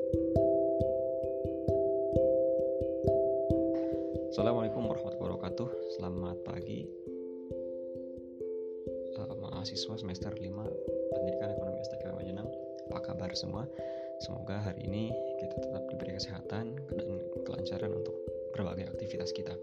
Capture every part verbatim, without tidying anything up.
Assalamualaikum warahmatullahi wabarakatuh. Selamat pagi uh, mahasiswa semester lima Pendidikan Ekonomi S T K Majenang. Apa kabar semua? Semoga hari ini kita tetap diberi kesehatan dan kelancaran untuk berbagai aktivitas kita.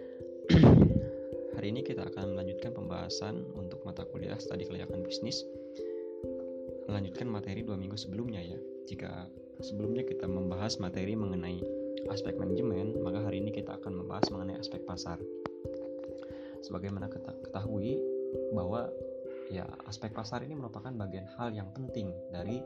Hari ini kita akan melanjutkan pembahasan untuk mata kuliah Studi Kelayakan Bisnis. Melanjutkan materi dua minggu sebelumnya ya. Jika sebelumnya kita membahas materi mengenai aspek manajemen, maka hari ini kita akan membahas mengenai aspek pasar. Sebagaimana kita ketahui bahwa ya aspek pasar ini merupakan bagian hal yang penting dari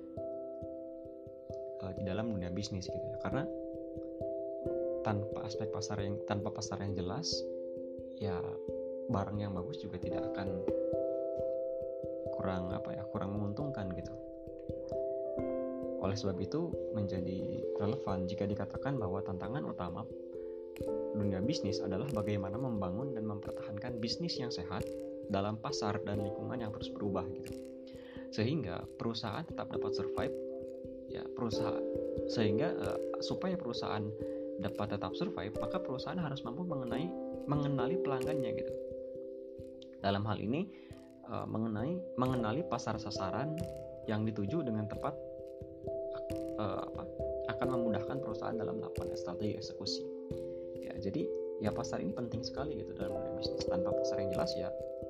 uh, di dalam dunia bisnis gitu ya. Karena tanpa aspek pasar yang tanpa pasar yang jelas, ya barang yang bagus juga tidak akan kurang apa ya kurang menguntungkan gitu. Oleh sebab itu menjadi relevan jika dikatakan bahwa tantangan utama dunia bisnis adalah bagaimana membangun dan mempertahankan bisnis yang sehat dalam pasar dan lingkungan yang terus berubah gitu. Sehingga perusahaan tetap dapat survive ya perusahaan sehingga uh, supaya perusahaan dapat tetap survive, maka perusahaan harus mampu mengenai mengenali pelanggannya gitu. Dalam hal ini uh, mengenai mengenali pasar sasaran yang dituju dengan tepat uh, apa, akan memudahkan perusahaan dalam melakukan strategi eksekusi. Ya, jadi ya pasar ini penting sekali gitu dalam dunia bisnis. Tanpa pasar yang jelas ya.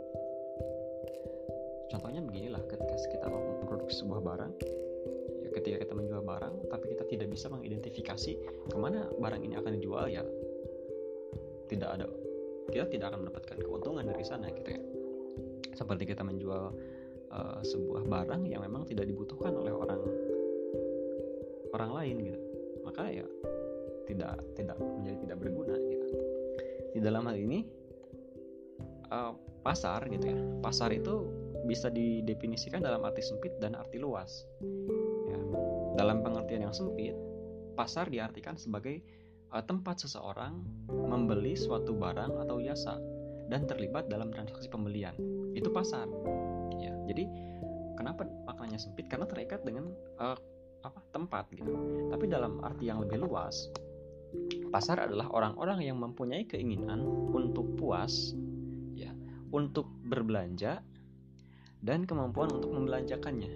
Contohnya beginilah, ketika kita mau memproduksi sebuah barang, ya ketika kita menjual barang, tapi kita tidak bisa mengidentifikasi kemana barang ini akan dijual, ya tidak ada, kita tidak akan mendapatkan keuntungan dari sana gitu ya. Seperti kita menjual uh, sebuah barang yang memang tidak dibutuhkan oleh orang orang lain gitu, maka ya tidak tidak menjadi tidak berguna gitu. Di dalam hal ini uh, pasar gitu ya, pasar itu bisa didefinisikan dalam arti sempit dan arti luas. Ya, dalam pengertian yang sempit, pasar diartikan sebagai uh, tempat seseorang membeli suatu barang atau jasa dan terlibat dalam transaksi pembelian. Itu pasar. Ya, jadi kenapa maknanya sempit? Karena terikat dengan uh, apa tempat gitu. Tapi dalam arti yang lebih luas, pasar adalah orang-orang yang mempunyai keinginan untuk puas, ya, untuk berbelanja dan kemampuan untuk membelanjakannya,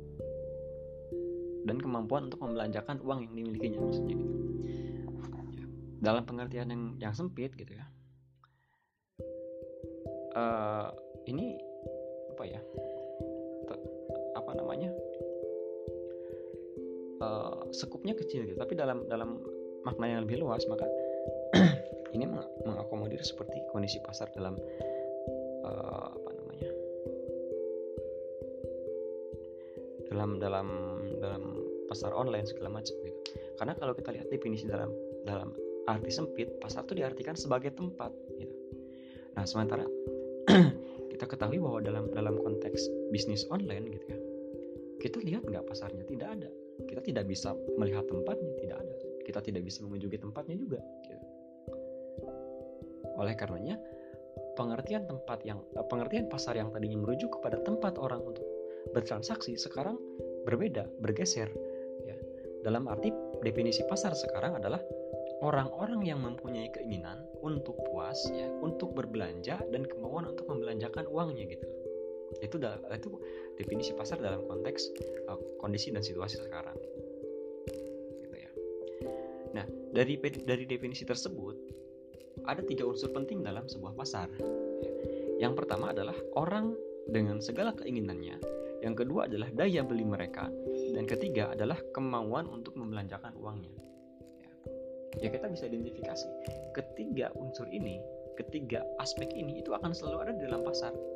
dan kemampuan untuk membelanjakan uang yang dimilikinya maksudnya gitu. Ya, dalam pengertian yang yang sempit gitu ya. Uh, ini apa ya? T- apa namanya? Uh, sekupnya kecil gitu, tapi dalam dalam makna yang lebih luas, maka ini meng- mengakomodir seperti kondisi pasar dalam uh, apa namanya dalam dalam dalam pasar online segala macam gitu. Karena kalau kita lihat definisi dalam dalam arti sempit, pasar itu diartikan sebagai tempat gitu. Nah, sementara kita ketahui bahwa dalam dalam konteks bisnis online gitu ya, kita lihat nggak pasarnya? Tidak ada. Kita tidak bisa melihat tempatnya, tidak ada. Kita tidak bisa mengunjungi tempatnya juga gitu. Oleh karenanya pengertian tempat yang pengertian pasar yang tadinya merujuk kepada tempat orang untuk bertransaksi sekarang berbeda, bergeser ya. Dalam arti definisi pasar sekarang adalah orang-orang yang mempunyai keinginan untuk puas ya, untuk berbelanja dan kemauan untuk membelanjakan uangnya gitu. Itu itu definisi pasar dalam konteks uh, kondisi dan situasi sekarang gitu ya. Nah, dari dari definisi tersebut ada tiga unsur penting dalam sebuah pasar ya. Yang pertama adalah orang dengan segala keinginannya, yang kedua adalah daya beli mereka, dan ketiga adalah kemauan untuk membelanjakan uangnya ya. Ya, kita bisa identifikasi ketiga unsur ini, ketiga aspek ini itu akan selalu ada di dalam pasar gitu.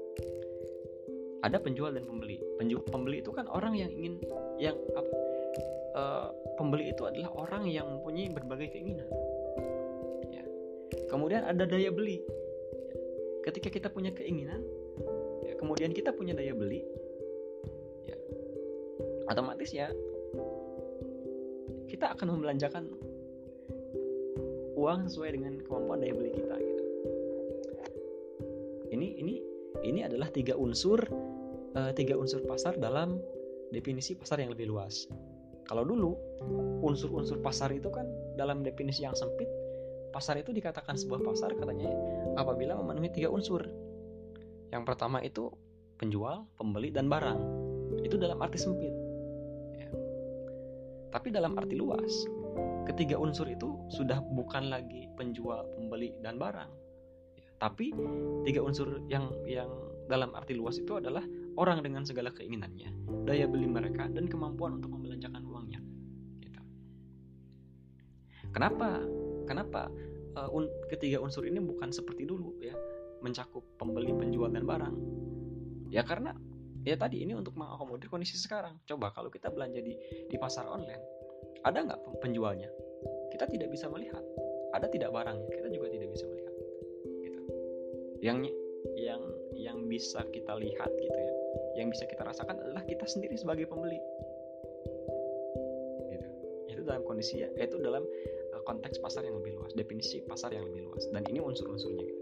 Ada penjual dan pembeli. Penjual pembeli itu kan orang yang ingin yang apa? Uh, pembeli itu adalah orang yang mempunyai berbagai keinginan. Ya. Kemudian ada daya beli. Ya. Ketika kita punya keinginan, ya, kemudian kita punya daya beli, ya, otomatis ya kita akan membelanjakan uang sesuai dengan kemampuan daya beli kita. Gitu. Ini ini ini adalah tiga unsur uh, tiga unsur pasar dalam definisi pasar yang lebih luas. Kalau dulu unsur-unsur pasar itu kan dalam definisi yang sempit, pasar itu dikatakan sebuah pasar katanya apabila memenuhi tiga unsur. Yang pertama itu penjual, pembeli, dan barang. Itu dalam arti sempit. Ya. Tapi dalam arti luas, ketiga unsur itu sudah bukan lagi penjual, pembeli, dan barang. Ya. Tapi tiga unsur yang yang dalam arti luas itu adalah orang dengan segala keinginannya, daya beli mereka, dan kemampuan untuk membelanjakan uangnya. Gitu. Kenapa? Kenapa uh, un- ketiga unsur ini bukan seperti dulu ya, mencakup pembeli, penjual, dan barang? Ya karena ya tadi ini untuk mengakomodir kondisi sekarang. Coba kalau kita belanja di di pasar online, ada nggak penjualnya? Kita tidak bisa melihat. Ada tidak barangnya? Kita juga tidak bisa melihat. Gitu. Yang yang yang bisa kita lihat gitu ya, yang bisa kita rasakan adalah kita sendiri sebagai pembeli. Gitu. Itu dalam kondisi ya, itu dalam uh, konteks pasar yang lebih luas, definisi pasar yang lebih luas. Dan ini unsur-unsurnya gitu.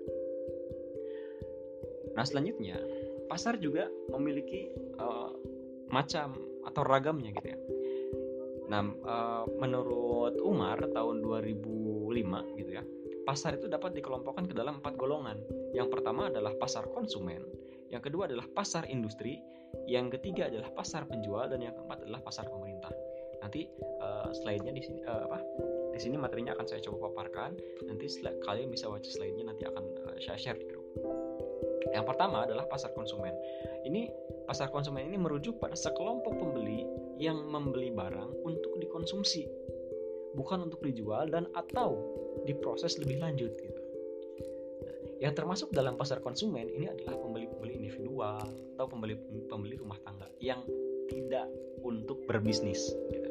Nah selanjutnya, pasar juga memiliki uh, macam atau ragamnya gitu ya. Nah uh, menurut Umar tahun dua ribu lima gitu ya, pasar itu dapat dikelompokkan ke dalam empat golongan. Yang pertama adalah pasar konsumen, yang kedua adalah pasar industri, yang ketiga adalah pasar penjual, dan yang keempat adalah pasar pemerintah. Nanti uh, slide-nya di sini uh, apa? Di sini materinya akan saya coba paparkan. Nanti slide, kalian bisa baca slide-nya, nanti akan uh, saya share di grup. Yang pertama adalah pasar konsumen. Ini pasar konsumen ini merujuk pada sekelompok pembeli yang membeli barang untuk dikonsumsi, bukan untuk dijual dan atau diproses lebih lanjut gitu. Nah, yang termasuk dalam pasar konsumen ini adalah pembeli-pembeli individual atau pembeli-pembeli rumah tangga yang tidak untuk berbisnis gitu.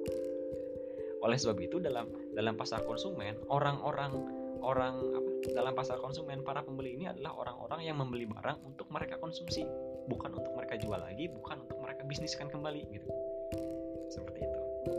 Oleh sebab itu dalam dalam pasar konsumen, orang-orang orang apa dalam pasar konsumen para pembeli ini adalah orang-orang yang membeli barang untuk mereka konsumsi, bukan untuk mereka jual lagi, bukan untuk mereka bisniskan kembali gitu. Seperti itu.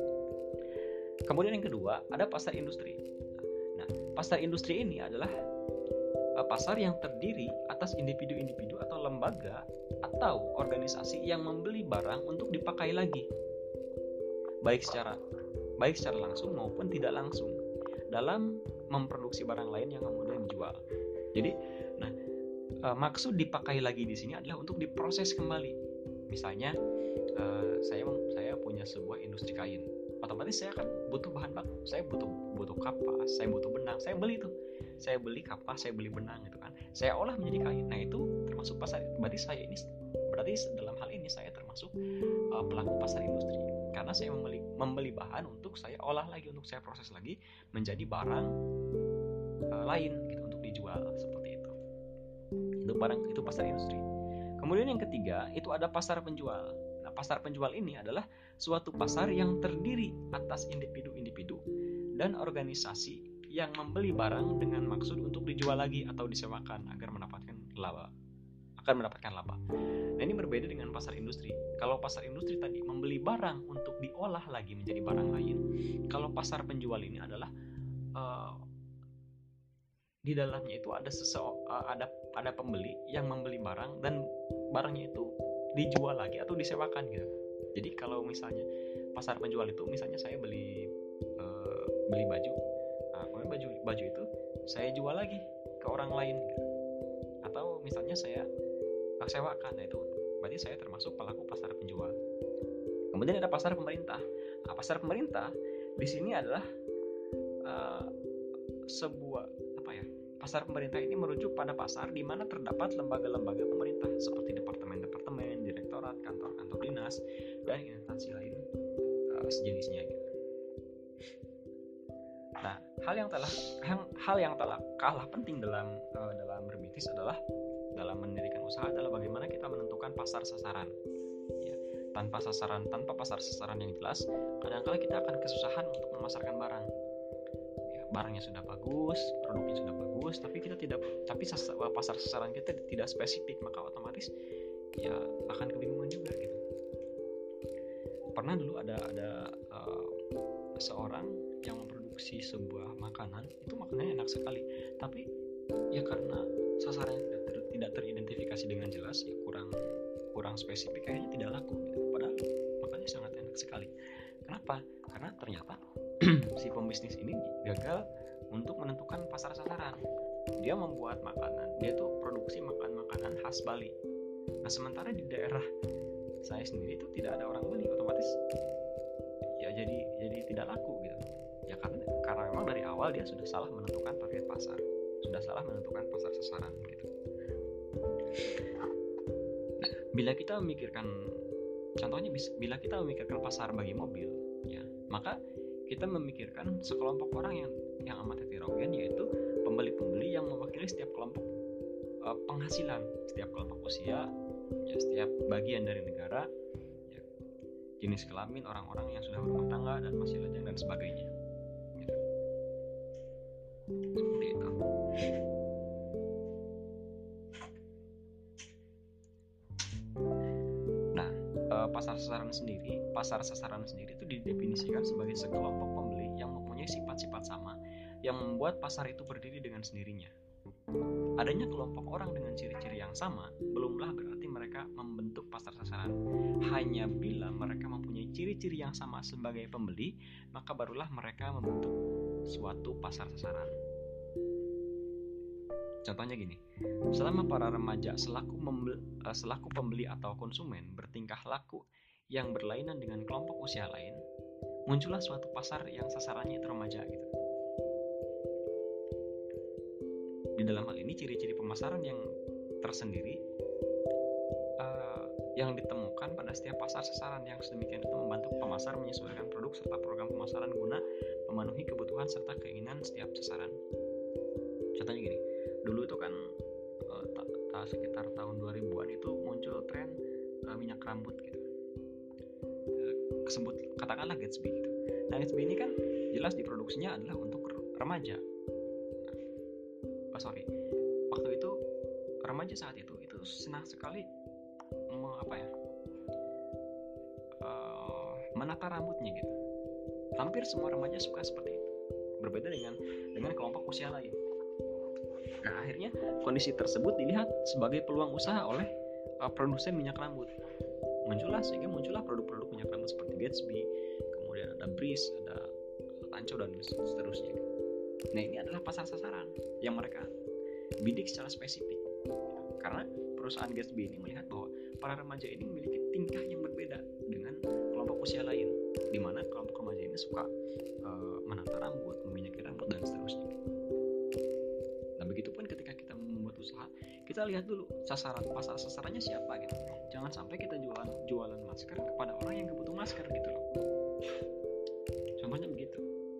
Kemudian yang kedua ada pasar industri. Nah, pasar industri ini adalah pasar yang terdiri atas individu-individu atau lembaga atau organisasi yang membeli barang untuk dipakai lagi, baik secara baik secara langsung maupun tidak langsung, dalam memproduksi barang lain yang kemudian dijual. Jadi, nah e, maksud dipakai lagi di sini adalah untuk diproses kembali. Misalnya, e, saya saya punya sebuah industri kain, otomatis saya akan butuh bahan baku. Saya butuh butuh kapas, saya butuh benang, saya beli itu. Saya beli kapas, saya beli benang gitu kan. Saya olah menjadi kain. Nah itu termasuk pasar. Berarti saya ini, berarti dalam hal ini saya termasuk e, pelaku pasar industri. Karena saya membeli, membeli bahan untuk saya olah lagi, untuk saya proses lagi menjadi barang uh, lain gitu untuk dijual, seperti itu. Itu barang, itu pasar industri. Kemudian yang ketiga itu ada pasar penjual. Nah, pasar penjual ini adalah suatu pasar yang terdiri atas individu-individu dan organisasi yang membeli barang dengan maksud untuk dijual lagi atau disewakan agar mendapatkan laba. akan mendapatkan laba. Nah ini berbeda dengan pasar industri. Kalau pasar industri tadi membeli barang untuk diolah lagi menjadi barang lain. Kalau pasar penjual ini adalah uh, di dalamnya itu ada sese- uh, ada ada pembeli yang membeli barang dan barangnya itu dijual lagi atau disewakan gitu. Jadi kalau misalnya pasar penjual itu, misalnya saya beli uh, beli baju, nah, kemudian baju baju itu saya jual lagi ke orang lain gitu. Atau misalnya saya sewakan, nah itu berarti saya termasuk pelaku pasar penjual. Kemudian ada pasar pemerintah. Nah, pasar pemerintah di sini adalah uh, sebuah apa ya? Pasar pemerintah ini merujuk pada pasar di mana terdapat lembaga-lembaga pemerintah seperti departemen-departemen, direktorat, kantor-kantor dinas, dan instansi lain uh, sejenisnya gitu. Nah, hal yang telah hal yang telah kalah penting dalam uh, dalam berbisnis adalah dalam mendirikan usaha adalah bagaimana kita menentukan pasar sasaran. Ya, tanpa sasaran, tanpa pasar sasaran yang jelas, kadang-kala kita akan kesusahan untuk memasarkan barang. Ya, barangnya sudah bagus, produknya sudah bagus, tapi kita tidak, tapi sasar, pasar sasaran kita tidak spesifik, maka otomatis ya akan kebingungan juga gitu. Pernah dulu ada ada uh, seorang yang memproduksi sebuah makanan, itu makanannya enak sekali, tapi ya karena sasarannya tidak, ter, tidak teridentifikasi dengan jelas, ya kurang kurang spesifik, kayaknya tidak laku gitu. Padahal makannya sangat enak sekali. Kenapa? Karena ternyata si pembisnis ini gagal untuk menentukan pasar sasaran. Dia membuat makanan, dia tuh produksi makan-makanan khas Bali. Nah sementara di daerah saya sendiri itu tidak ada orang beli, otomatis ya jadi jadi tidak laku gitu. Ya karena karena memang dari awal dia sudah salah menentukan target pasar, sudah salah menentukan pasar sasaran gitu. Nah, bila kita memikirkan, contohnya bila kita memikirkan pasar bagi mobil, ya maka kita memikirkan sekelompok orang yang yang amat heterogen, yaitu pembeli-pembeli yang mewakili setiap kelompok uh, penghasilan, setiap kelompok usia, ya setiap bagian dari negara, ya, jenis kelamin, orang-orang yang sudah berumah tangga dan masih lajang dan sebagainya. Gitu. Seperti itu. Nah, uh, pasar sasaran sendiri, pasar sasaran sendiri itu didefinisikan sebagai sekelompok pembeli yang mempunyai sifat-sifat sama yang membuat pasar itu berdiri dengan sendirinya. Adanya kelompok orang dengan ciri-ciri yang sama belumlah berarti mereka membentuk pasar sasaran. Hanya bila mereka mempunyai ciri-ciri yang sama sebagai pembeli, maka barulah mereka membentuk suatu pasar sasaran. Contohnya gini, selama para remaja selaku, membeli, selaku pembeli atau konsumen bertingkah laku yang berlainan dengan kelompok usia lain, muncullah suatu pasar yang sasarannya itu remaja gitu. Di dalam hal ini ciri-ciri pemasaran yang tersendiri uh, yang ditemukan pada setiap pasar sasaran yang sedemikian itu membantu pemasar menyesuaikan produk serta program pemasaran guna memenuhi kebutuhan serta keinginan setiap sasaran. Contohnya gini, dulu itu kan uh, ta- ta- sekitar tahun dua ribuan itu muncul tren uh, minyak rambut gitu, uh, kesebut katakanlah Gatsby gitu. Nah Gatsby ini kan jelas diproduksinya adalah untuk remaja. Oh, sorry, waktu itu remaja saat itu itu senang sekali me, apa ya uh, menata rambutnya gitu. Hampir semua remaja suka seperti itu, berbeda dengan dengan kelompok usia lain. Nah akhirnya kondisi tersebut dilihat sebagai peluang usaha oleh uh, produsen minyak rambut. Muncullah sehingga muncullah produk-produk minyak rambut seperti Gatsby, kemudian ada Breeze, ada Tancho dan seterusnya. Nah ini adalah pasar sasaran yang mereka bidik secara spesifik, karena perusahaan Gatsby ini melihat bahwa para remaja ini memiliki tingkah yang berbeda dengan kelompok usia lain, di mana kelompok remaja ini suka uh, menata rambut, meminyaki rambut dan seterusnya. Nah begitupun ketika kita membuat usaha, kita lihat dulu sasaran pasar sasarannya siapa gitu. Jangan sampai kita jualan jualan masker kepada orang yang gak butuh masker gitu loh. Contohnya begitu.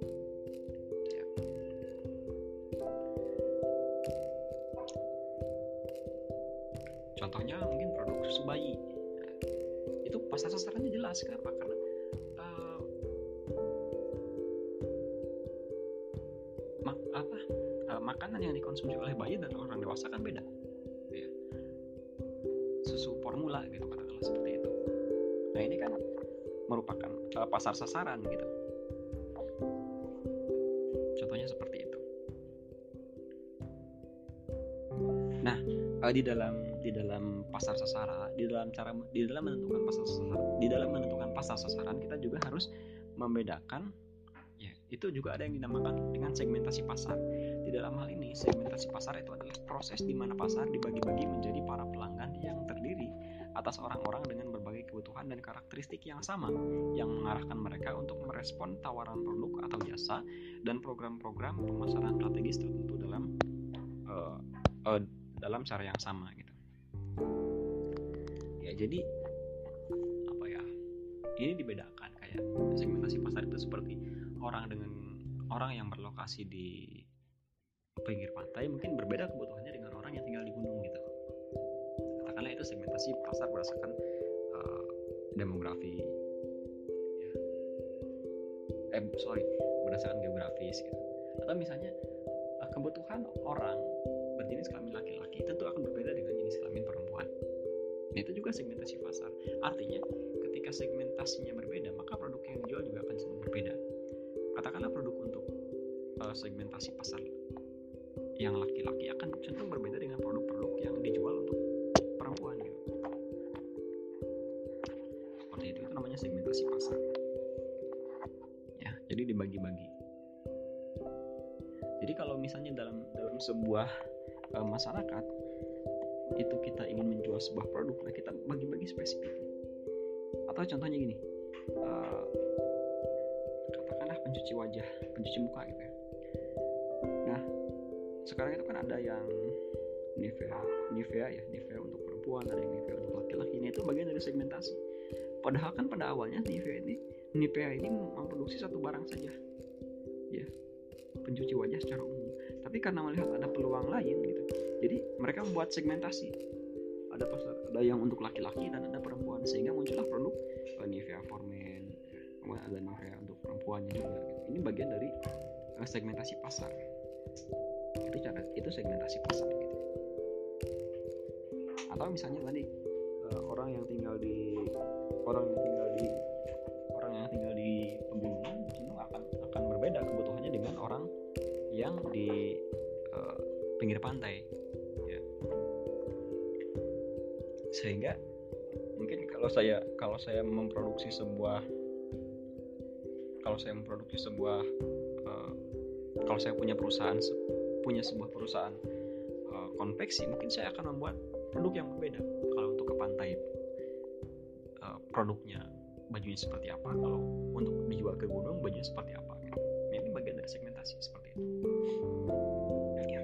Contohnya mungkin produk susu bayi, nah, itu pasar sasarannya jelas. Kenapa? Karena uh, mak apa uh, makanan yang dikonsumsi oleh bayi dan orang dewasa kan beda, ya. Susu formula gitu katakanlah seperti itu. Nah ini kan merupakan uh, pasar sasaran gitu. Contohnya seperti itu. Nah uh, di dalam di dalam pasar sasaran, di dalam cara di dalam menentukan pasar sasaran, di dalam menentukan pasar sasaran kita juga harus membedakan, ya itu juga ada yang dinamakan dengan segmentasi pasar. Di dalam hal ini segmentasi pasar itu adalah proses di mana pasar dibagi-bagi menjadi para pelanggan yang terdiri atas orang-orang dengan berbagai kebutuhan dan karakteristik yang sama, yang mengarahkan mereka untuk merespon tawaran produk atau jasa dan program-program pemasaran strategis tertentu dalam uh, uh, dalam cara yang sama gitu. Ya jadi apa ya, ini dibedakan kayak segmentasi pasar itu seperti orang dengan orang yang berlokasi di pinggir pantai mungkin berbeda kebutuhannya dengan orang yang tinggal di gunung gitu. Katakanlah itu segmentasi pasar berdasarkan uh, demografi, ya. eh sorry berdasarkan geografis gitu. Atau misalnya uh, kebutuhan orang berjenis kelamin laki-laki tentu akan berbeda dengan jenis kelamin perempuan. Nah, itu juga segmentasi pasar. Artinya ketika segmentasinya berbeda, maka produk yang dijual juga akan berbeda. Katakanlah produk untuk uh, segmentasi pasar yang laki-laki akan cenderung berbeda dengan produk-produk yang dijual untuk perempuan gitu. Seperti itu, itu namanya segmentasi pasar. Jadi dibagi-bagi. Jadi kalau misalnya dalam dalam sebuah uh, masyarakat itu kita ingin menjual sebuah produk, nah kita bagi-bagi spesifik. Atau contohnya gini, uh, katakanlah pencuci wajah, pencuci muka gitu ya. Nah sekarang itu kan ada yang Nivea, Nivea ya, Nivea untuk perempuan, ada yang Nivea untuk laki-laki. Nah itu bagian dari segmentasi. Padahal kan pada awalnya Nivea ini, Nivea ini memproduksi satu barang saja, ya, pencuci wajah secara umum. Tapi karena melihat ada peluang lain gitu, jadi mereka membuat segmentasi. Ada pasar, ada yang untuk laki-laki dan ada perempuan, sehingga muncullah produk uh, Nivea for Men, kemudian ada Nivea untuk perempuannya juga. Gitu. Ini bagian dari uh, segmentasi pasar. Itu cara, itu segmentasi pasar. Gitu. Atau misalnya tadi uh, orang yang tinggal di orang yang tinggal di orang yang tinggal di pegunungan cenderung akan akan berbeda kebutuhannya dengan orang yang di uh, pinggir pantai, ya. Sehingga mungkin kalau saya kalau saya memproduksi sebuah kalau saya memproduksi sebuah uh, kalau saya punya perusahaan punya sebuah perusahaan uh, konveksi, mungkin saya akan membuat produk yang berbeda. Kalau untuk ke pantai, uh, produknya bajunya seperti apa, kalau untuk dijual ke gunung bajunya seperti apa. Ini bagian dari segmentasi seperti itu. Ya.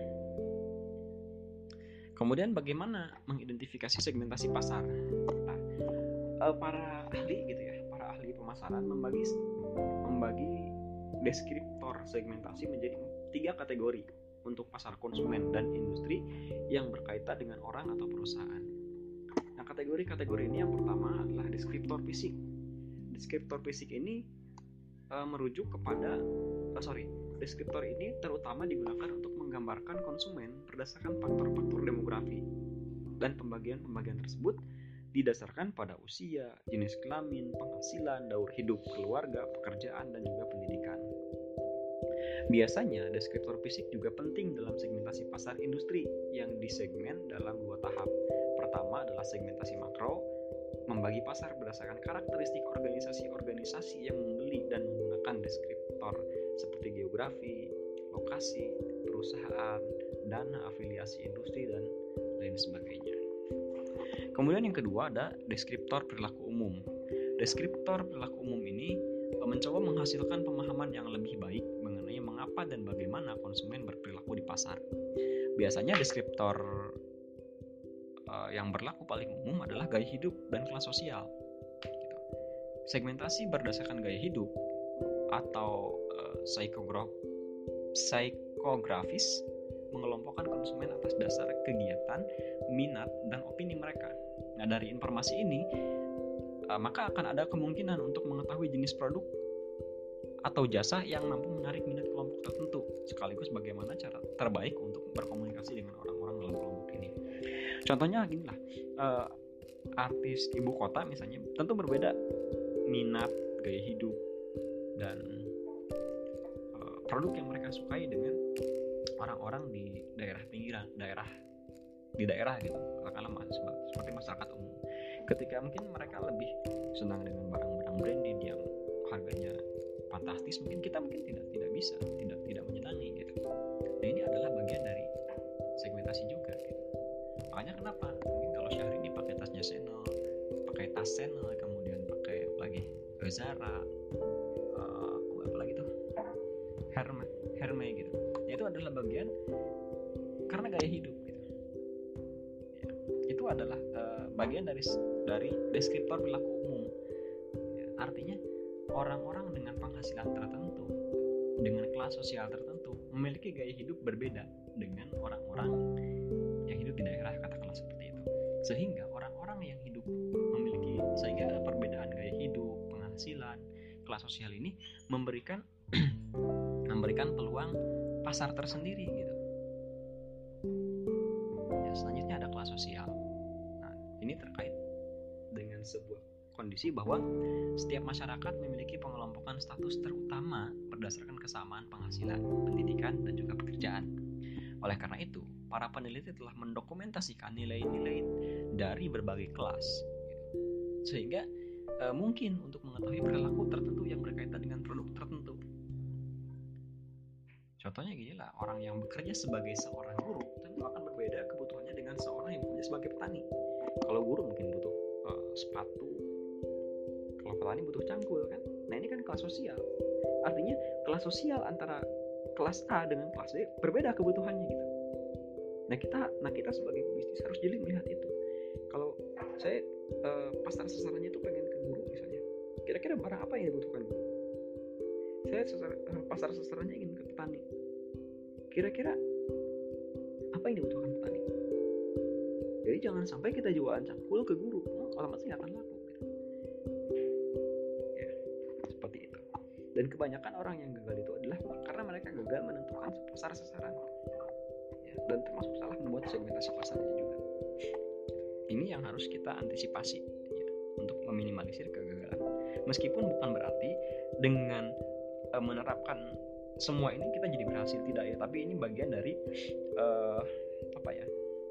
Kemudian bagaimana mengidentifikasi segmentasi pasar? Nah, uh, para ahli gitu ya, para ahli pemasaran membagi membagi deskriptor segmentasi menjadi tiga kategori untuk pasar konsumen dan industri yang berkaitan dengan orang atau perusahaan. Nah, kategori-kategori ini yang pertama adalah deskriptor fisik. Deskriptor fisik ini uh, merujuk kepada, uh, sorry, deskriptor ini terutama digunakan untuk menggambarkan konsumen berdasarkan faktor-faktor demografi, dan pembagian-pembagian tersebut didasarkan pada usia, jenis kelamin, penghasilan, daur hidup, keluarga, pekerjaan, dan juga pendidikan. Biasanya, deskriptor fisik juga penting dalam segmentasi pasar industri yang disegmen dalam dua tahap. Pertama adalah segmentasi makro, membagi pasar berdasarkan karakteristik organisasi-organisasi yang membeli dan menggunakan deskriptor seperti geografi, lokasi, perusahaan, dana afiliasi industri, dan lain sebagainya. Kemudian yang kedua ada deskriptor perilaku umum. Deskriptor perilaku umum ini mencoba menghasilkan pemahaman yang lebih baik mengenai mengapa dan bagaimana konsumen berperilaku di pasar. Biasanya deskriptor uh, yang berlaku paling umum adalah gaya hidup dan kelas sosial. Gitu. Segmentasi berdasarkan gaya hidup atau uh, psikograf- psikografis mengelompokkan konsumen atas dasar kegiatan, minat, dan opini mereka. Nah, dari informasi ini maka akan ada kemungkinan untuk mengetahui jenis produk atau jasa yang mampu menarik minat kelompok tertentu, sekaligus bagaimana cara terbaik untuk berkomunikasi dengan orang-orang dalam kelompok ini. Contohnya gini lah, uh, artis ibu kota misalnya tentu berbeda minat, gaya hidup, dan uh, produk yang mereka sukai dengan orang-orang di daerah pinggiran, daerah di daerah gitu, katakanlah seperti masyarakat umum. Ketika mungkin mereka lebih senang dengan barang-barang branded yang harganya fantastis, mungkin kita mungkin tidak tidak bisa, tidak tidak menyenangi gitu. Nah, ini adalah bagian dari segmentasi juga gitu. Makanya kenapa mungkin kalau Syahrini pakai tasnya Chanel, pakai tas Chanel, kemudian pakai apa lagi Zara, uh, apa lagi tuh Hermes, Hermes gitu. Nah, itu adalah bagian karena gaya hidup gitu. Ya, itu adalah uh, bagian dari dari deskriptor perilaku umum. Ya, artinya orang-orang dengan penghasilan tertentu, dengan kelas sosial tertentu, memiliki gaya hidup berbeda dengan orang-orang yang hidup di daerah, katakanlah seperti itu. Sehingga orang-orang yang hidup memiliki, sehingga perbedaan gaya hidup, penghasilan, kelas sosial ini memberikan memberikan peluang pasar tersendiri gitu. Ya, selanjutnya ada kelas sosial. Nah, ini terkait dengan sebuah kondisi bahwa setiap masyarakat memiliki pengelompokan status terutama berdasarkan kesamaan penghasilan, pendidikan, dan juga pekerjaan. Oleh karena itu, para peneliti telah mendokumentasikan nilai-nilai dari berbagai kelas, sehingga e, mungkin untuk mengetahui perilaku tertentu yang berkaitan dengan produk tertentu. Contohnya gini lah, orang yang bekerja sebagai seorang guru tentu akan berbeda kebutuhannya dengan seorang yang bekerja sebagai petani. Kalau guru mungkin butuh uh, sepatu, kalau petani butuh cangkul kan. Nah ini kan kelas sosial. Artinya kelas sosial antara kelas A dengan kelas B berbeda kebutuhannya gitu. Nah kita, nah kita sebagai pebisnis harus jeli melihat itu. Kalau saya uh, pasar sasarannya itu pengen ke guru misalnya, kira-kira barang apa yang dibutuhkan guru? Saya sasar, uh, pasar sasarannya ingin ke petani, kira-kira apa yang dibutuhkan petani? Jadi jangan sampai kita jualan cangkul ke guru, oh, otomatis nggak akan laku gitu. Ya seperti itu. Dan kebanyakan orang yang gagal itu adalah karena mereka gagal menentukan pasar sasaran ya, dan termasuk salah membuat segmentasi pasarnya juga. Ini yang harus kita antisipasi ya, untuk meminimalisir kegagalan. Meskipun bukan berarti dengan uh, menerapkan semua ini kita jadi berhasil, tidak ya, tapi ini bagian dari uh, apa ya?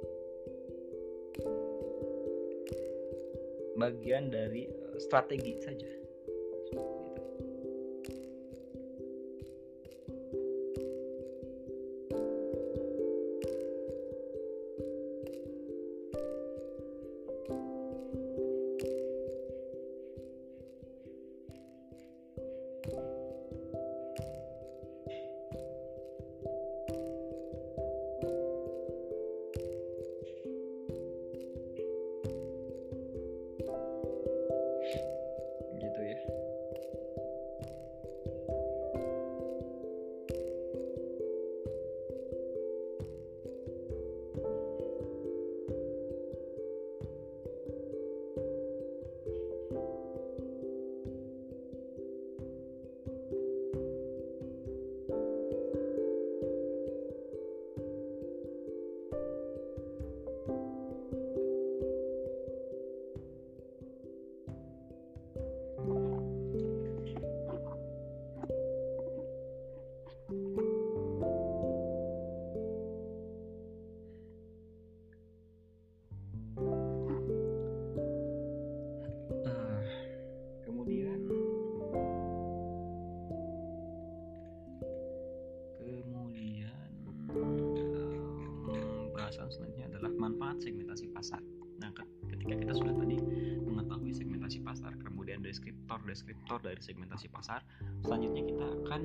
Bagian dari uh, strategi saja. Selanjutnya adalah manfaat segmentasi pasar. Nah, ketika kita sudah tadi mengetahui segmentasi pasar, kemudian deskriptor-deskriptor dari segmentasi pasar, selanjutnya kita akan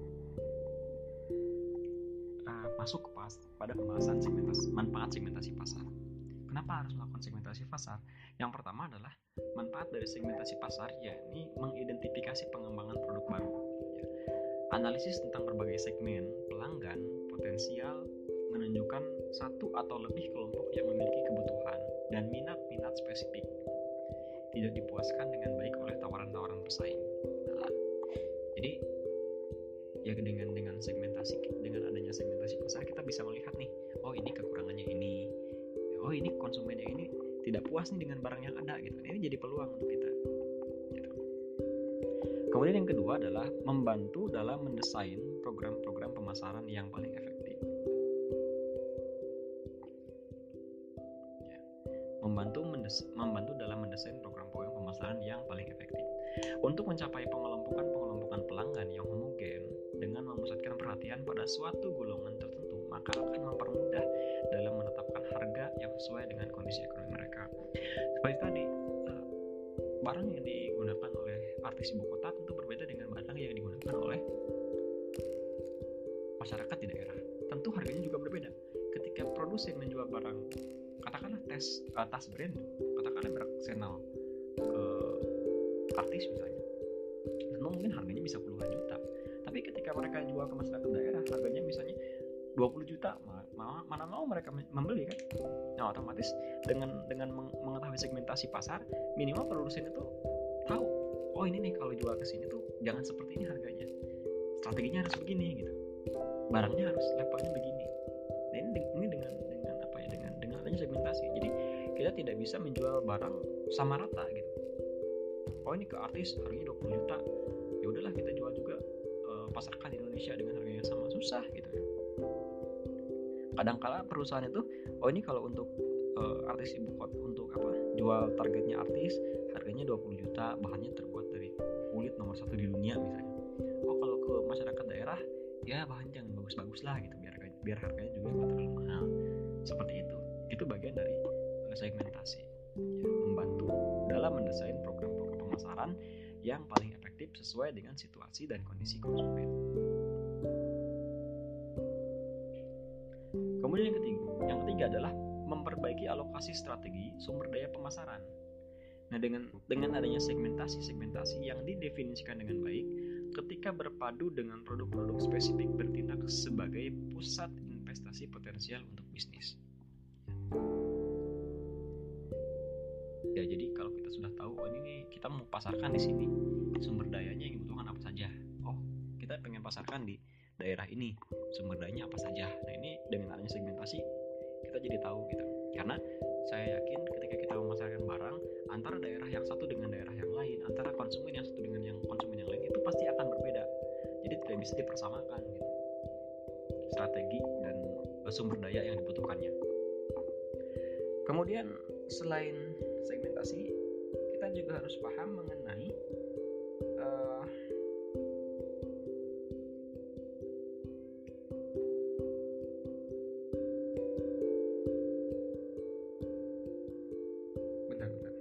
uh, masuk ke pas, pada pembahasan segmentasi, manfaat segmentasi pasar. Kenapa harus melakukan segmentasi pasar? Yang pertama adalah manfaat dari segmentasi pasar, yakni mengidentifikasi pengembangan produk baru. Ya. Analisis tentang berbagai segmen pelanggan potensial menunjukkan satu atau lebih kelompok yang memiliki kebutuhan dan minat-minat spesifik tidak dipuaskan dengan baik oleh tawaran-tawaran pesaing. Nah, jadi ya dengan dengan segmentasi, dengan adanya segmentasi pasar kita bisa melihat nih, oh ini kekurangannya ini, oh ini konsumennya ini tidak puas nih dengan barang yang ada gitu. Ini jadi peluang untuk kita. Gitu. Kemudian yang kedua adalah membantu dalam mendesain program-program pemasaran yang paling efektif. Membantu, mendes- membantu dalam mendesain program-program pemasaran yang paling efektif. Untuk mencapai pengelompokan-pengelompokan pelanggan yang homogen dengan memusatkan perhatian pada suatu golongan tertentu, maka akan mempermudah dalam menetapkan harga yang sesuai dengan kondisi ekonomi mereka. Seperti tadi, barang yang digunakan oleh artis ibu kota tentu berbeda dengan barang yang digunakan oleh masyarakat di daerah. Tentu harganya juga berbeda. Ketika produsen menjual barang, katakanlah tes, uh, tas brand, katakanlah merek Chanel ke artis misalnya, tentu mungkin harganya bisa puluhan juta. Tapi ketika mereka jual ke masyarakat daerah, harganya misalnya dua puluh juta, ma- mana mau mereka membeli kan? Nah otomatis dengan dengan mengetahui segmentasi pasar, minimal produsen itu tahu, oh ini nih kalau jual ke sini tuh jangan seperti ini harganya, strateginya harus begini gitu, barangnya harus levelnya begini. Nah ini, ini dengan dengan apa ya dengan dengan adanya segmentasi, jadi kita tidak bisa menjual barang sama rata gitu. Oh ini ke artis harganya dua puluh juta, ya udahlah kita jual juga uh, pasarkan di Indonesia dengan harga yang sama, susah gitu ya. Kadangkala perusahaan itu, oh ini kalau untuk uh, artis ibu kota, untuk apa jual targetnya artis harganya dua puluh juta, bahannya terbuat dari kulit nomor satu di dunia misalnya. Oh kalau ke masyarakat daerah ya bahan jangan bagus-bagus lah gitu, biar biar harganya juga nggak terlalu mahal. Seperti itu. Itu bagian dari uh, segmentasi. Ya, membantu dalam mendesain program-program pemasaran yang paling efektif sesuai dengan situasi dan kondisi konsumen. Kemudian yang ketiga, yang ketiga adalah memperbaiki alokasi strategi sumber daya pemasaran. Nah, dengan dengan adanya segmentasi-segmentasi yang didefinisikan dengan baik, ketika berpadu dengan produk-produk spesifik bertindak sebagai pusat investasi potensial untuk bisnis. Ya, jadi kalau kita sudah tahu, oh ini kita mau pasarkan di sini, sumber dayanya yang dibutuhkan apa saja. Oh, kita pengen pasarkan di daerah ini, sumber dayanya apa saja. Nah, ini dengan adanya segmentasi kita jadi tahu gitu. Karena saya yakin ketika kita memasarkan barang antara daerah yang satu dengan daerah yang lain, antara konsumen yang satu dengan yang konsumen yang lain, itu pasti akan berbeda. Jadi tidak bisa dipersamakan gitu, strategi dan sumber daya yang dibutuhkannya. Kemudian selain segmentasi, kita juga harus paham mengenai uh, bentar-bentar.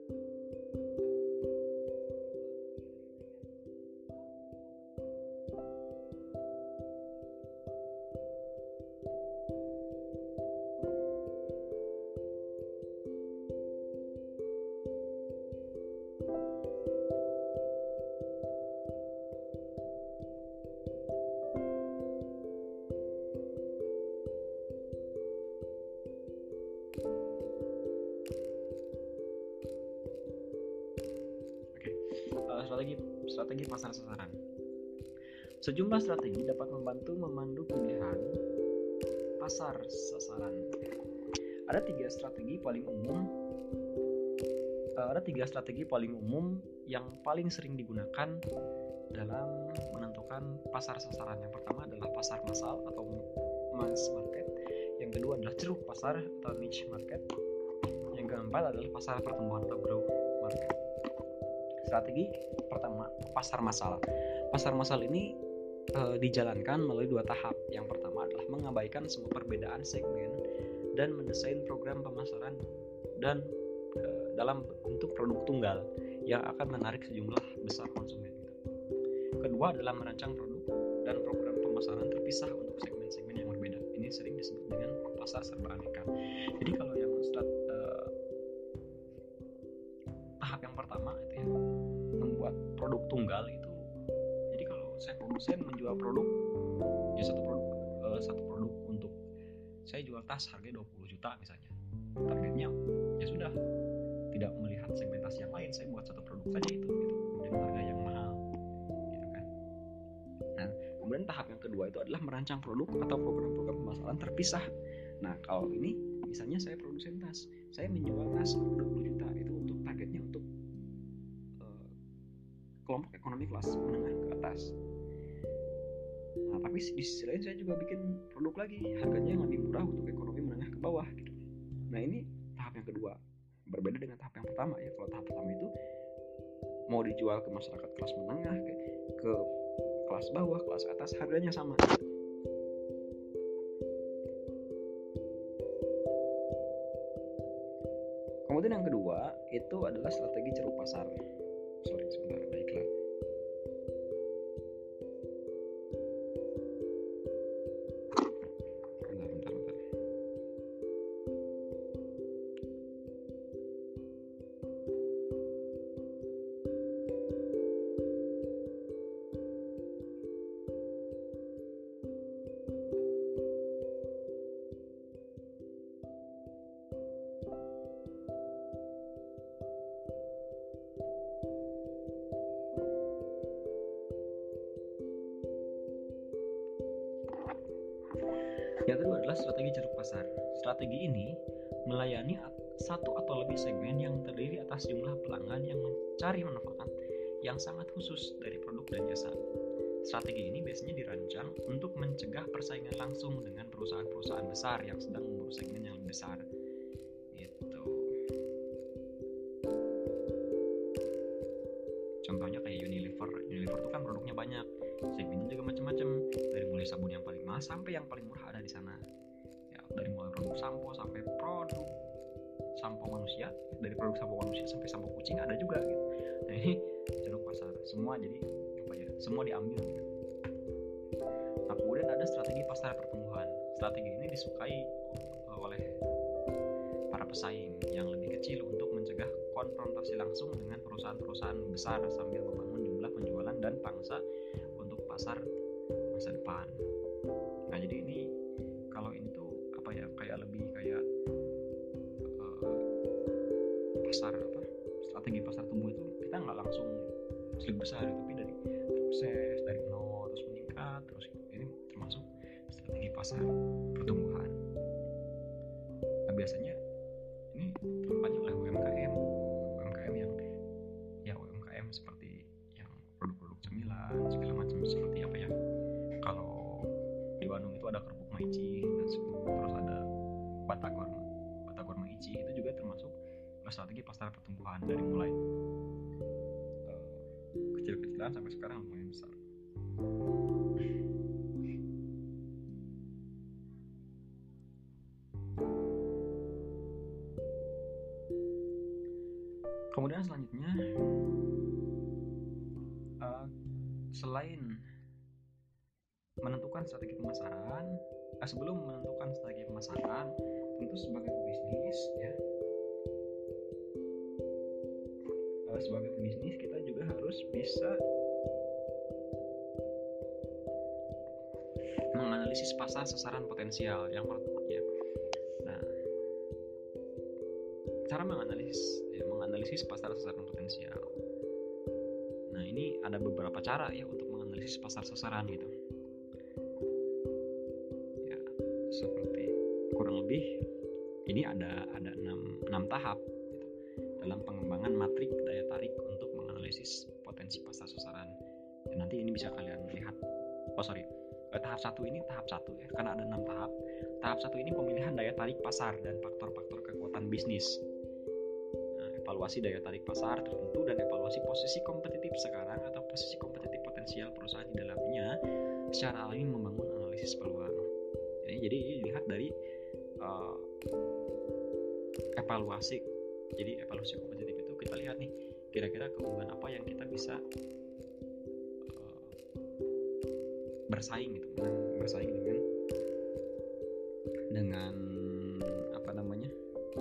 Strategi, strategi pasar sasaran. Sejumlah strategi dapat membantu memandu pilihan pasar sasaran. Ada tiga strategi paling umum. Ada tiga strategi paling umum yang paling sering digunakan dalam menentukan pasar sasaran. Yang pertama adalah pasar massal atau mass market. Yang kedua adalah ceruk pasar atau niche market. Yang keempat adalah pasar pertumbuhan atau growth market. Strategi pertama, pasar massal. Pasar massal ini e, dijalankan melalui dua tahap. Yang pertama adalah mengabaikan semua perbedaan segmen dan mendesain program pemasaran dan e, dalam bentuk produk tunggal yang akan menarik sejumlah besar konsumen. Kedua adalah merancang produk dan program pemasaran terpisah untuk segmen-segmen yang berbeda. Ini sering disebut dengan pasar serba aneka. Jadi kalau yang strat, e, tahap yang pertama itu ya, membuat produk tunggal itu, jadi kalau saya produsen menjual produk ya satu produk uh, satu produk untuk saya jual tas harganya dua puluh juta misalnya, targetnya ya sudah tidak melihat segmentasi yang lain, saya buat satu produk saja itu gitu, dengan harga yang mahal gitu kan. Nah, kemudian tahap yang kedua itu adalah merancang produk atau program-program pemasaran terpisah. Nah, kalau ini misalnya saya produsen tas, saya menjual tas dua puluh juta, itu untuk targetnya untuk kelompok ekonomi kelas menengah ke atas. Nah, tapi di sisi lain saya juga bikin produk lagi harganya yang lebih murah untuk ekonomi menengah ke bawah gitu. Nah, ini tahap yang kedua, berbeda dengan tahap yang pertama ya. Kalau tahap pertama itu mau dijual ke masyarakat kelas menengah, ke, ke kelas bawah, kelas atas, harganya sama gitu. Kemudian yang kedua itu adalah strategi ceruk pasar. Sorry sebentar, ada iklan. Bentar, bentar, bentar. Yang kedua adalah strategi ceruk pasar. Strategi ini melayani satu atau lebih segmen yang terdiri atas jumlah pelanggan yang mencari manfaat yang sangat khusus dari produk dan jasa. Strategi ini biasanya dirancang untuk mencegah persaingan langsung dengan perusahaan-perusahaan besar yang sedang memburu segmen yang lebih besar. Gitu. Contohnya kayak Unilever. Unilever itu kan produknya banyak, segmennya juga macam-macam, dari mulai termurah sampai yang paling murah ada di sana. Ya, dari mulai produk sampo sampai produk sampo manusia, dari produk sampo manusia sampai sampo kucing ada juga gitu. Nah ini ceruk pasar semua, jadi apa ya, semua diambil gitu. Nah kemudian ada strategi pasar pertumbuhan. Strategi ini disukai oleh para pesaing yang lebih kecil untuk mencegah konfrontasi langsung dengan perusahaan-perusahaan besar sambil membangun jumlah penjualan dan pangsa untuk pasar masa depan. Nah jadi ini kalau ini tuh apa ya, kayak lebih kayak uh, pasar apa strategi pasar tumbuh itu kita nggak langsung sedikit besar, tapi dari proses dari nol terus meningkat terus, ini termasuk strategi pasar pertumbuhan. Nah biasanya ini dilakukannya oleh U M K M U M K M yang ya U M K M seperti yang produk-produk cemilan segala macam, seperti apa ya, kalau di Bandung itu ada kerupuk Maici, terus ada Batagor Batagor Maici, itu juga termasuk strategi pasar pertumbuhan dari mulai uh, kecil-kecilan sampai sekarang lumayan besar. Kemudian selanjutnya uh, selain menentukan strategi pemasaran, eh, sebelum menentukan strategi pemasaran, tentu sebagai pebisnis ya, uh, sebagai pebisnis kita juga harus bisa menganalisis pasar sasaran potensial yang pertama ya. Nah, cara menganalisis ya, menganalisis pasar sasaran potensial. Nah, ini ada beberapa cara ya untuk menganalisis pasar sasaran gitu. Ya, seperti kurang lebih ini ada ada enam tahap gitu, dalam pengembangan matrik daya tarik untuk menganalisis potensi pasar sasaran. Dan nanti ini bisa kalian lihat. Oh sorry, tahap satu ini tahap satu ya, karena ada enam tahap. Tahap satu ini pemilihan daya tarik pasar dan faktor-faktor kekuatan bisnis. Nah, evaluasi daya tarik pasar tertentu dan evaluasi posisi kompetitif sekarang atau posisi kompetitif potensial perusahaan di dalamnya, secara alami membangun analisis peluang. Jadi, jadi dilihat dari uh, evaluasi. Jadi evaluasi kompetitif itu kita lihat nih, kira-kira keunggulan apa yang kita bisa uh, bersaing gitu, bersaing dengan dengan apa namanya,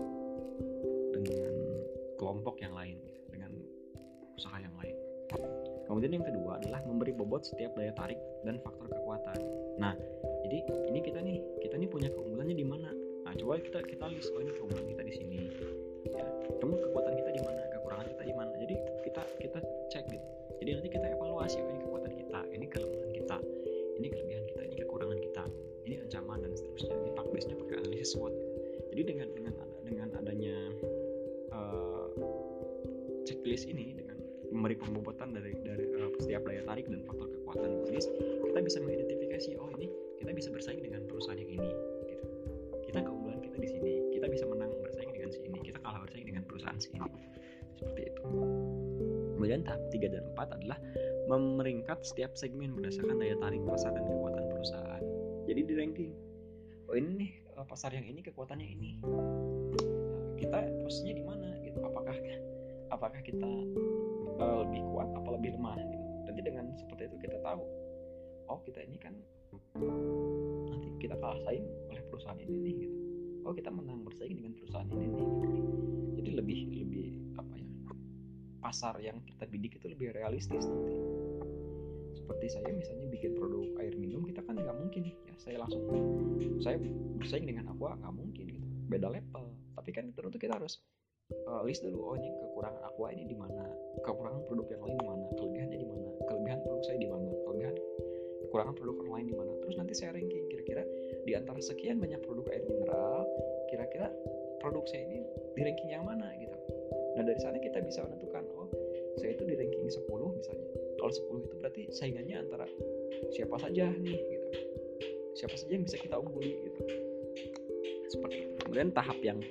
dengan kelompok yang lain gitu, dengan usaha yang lain. Kemudian yang kedua adalah memberi bobot setiap daya tarik dan faktor kekuatan. Nah, jadi ini kita nih, kita nih punya keunggulannya di mana? Nah, coba kita kita list, oh ini keunggulan kita di sini. Ya, kamu kekuatan kita di mana? Kekurangan kita di mana? Jadi kita kita cek gitu. Jadi nanti kita evaluasi, oh ini kekuatan kita, ini kelemahan kita, ini kelebihan kita, ini kekurangan kita, ini ancaman dan seterusnya. Ini pack base-nya pakai analisis SWOT. Jadi dengan dengan dengan adanya uh, checklist ini, dengan memberi pembobotan dari dari uh, setiap daya tarik dan faktor kekuatan bisnis, kita bisa mengidentifikasi, oh ini kita bisa bersaing dengan perusahaan yang ini gitu. Kita keunggulan kita di sini, kita bisa menang bersaing dengan si ini, kita kalah bersaing dengan perusahaan si ini. Seperti itu. Kemudian tahap tiga dan empat adalah memeringkat setiap segmen berdasarkan daya tarik pasar dan kekuatan perusahaan. Jadi di ranking, oh ini nih pasar yang ini kekuatannya ini, nah, kita posisinya di mana gitu, apakah apakah kita uh, lebih kuat apa lebih lemah gitu. Nanti dengan seperti itu kita tahu, oh kita ini kan nanti kita kalah saing oleh perusahaan ini nih gitu, oh kita menang bersaing dengan perusahaan ini nih gitu. Jadi lebih lebih apa ya, pasar yang kita bidik itu lebih realistis nanti. Seperti saya misalnya bikin produk air minum, kita kan nggak mungkin ya saya langsung saya bersaing dengan Aqua, nggak mungkin gitu, beda level. Tapi kan tentu kita harus uh, list dulu, oh ini kekurangan Aqua ini di mana, kekurangan produk yang lain di mana, kelebihannya di mana, kelebihan produk saya di mana, kelebihan kekurangan produk yang lain di mana. Terus nanti saya ranking kira-kira di antara sekian banyak produk air mineral, kira-kira produk saya ini di ranking yang mana gitu. Nah dari sana kita bisa menentukan, oh saya itu di ranking sepuluh misalnya. Kalau sepuluh itu berarti saingannya antara siapa saja nih gitu. Siapa saja yang bisa kita ungguli gitu. Seperti itu. Kemudian tahap yang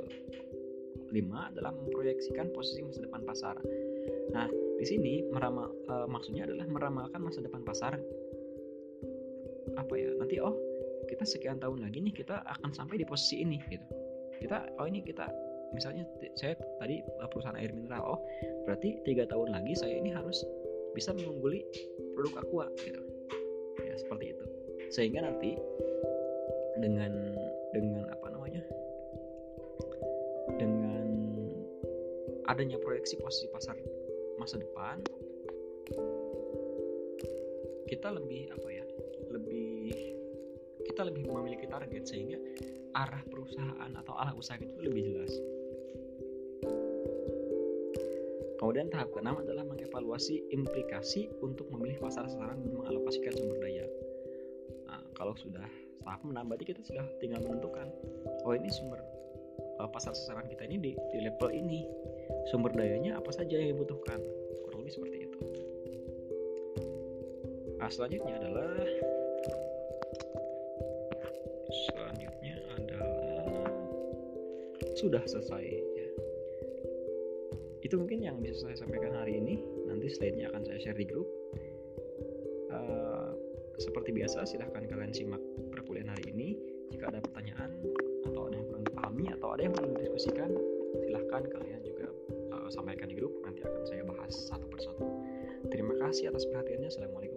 kelima adalah memproyeksikan posisi masa depan pasar. Nah, di sini meramal, e, maksudnya adalah meramalkan masa depan pasar apa ya, nanti oh kita sekian tahun lagi nih kita akan sampai di posisi ini gitu. Kita oh ini kita misalnya saya tadi perusahaan air mineral, oh berarti tiga tahun lagi saya ini harus bisa mengungguli produk Aqua gitu. Ya seperti itu. Sehingga nanti dengan dengan apa namanya? dengan adanya proyeksi posisi pasar masa depan, kita lebih apa ya lebih kita lebih memiliki target sehingga arah perusahaan atau arah usaha itu lebih jelas. Kemudian tahap keenam adalah mengevaluasi implikasi untuk memilih pasar sasaran dan mengalokasikan sumber daya. Nah, kalau sudah tahap enam berarti kita sudah tinggal menentukan, oh ini sumber uh, pasar sasaran kita ini di, di level ini, sumber dayanya apa saja yang dibutuhkan, kurang lebih seperti itu. Nah, selanjutnya adalah selanjutnya adalah sudah selesai ya. Itu mungkin yang bisa saya sampaikan hari ini. Nanti slide-nya akan saya share di grup. Uh, seperti biasa silahkan kalian simak perkuliahan hari ini. Jika ada pertanyaan atau ada yang kurang dipahami atau ada yang perlu didiskusikan, silahkan kalian juga uh, sampaikan di grup. Nanti akan saya bahas satu persatu. Terima kasih atas perhatiannya. Assalamualaikum.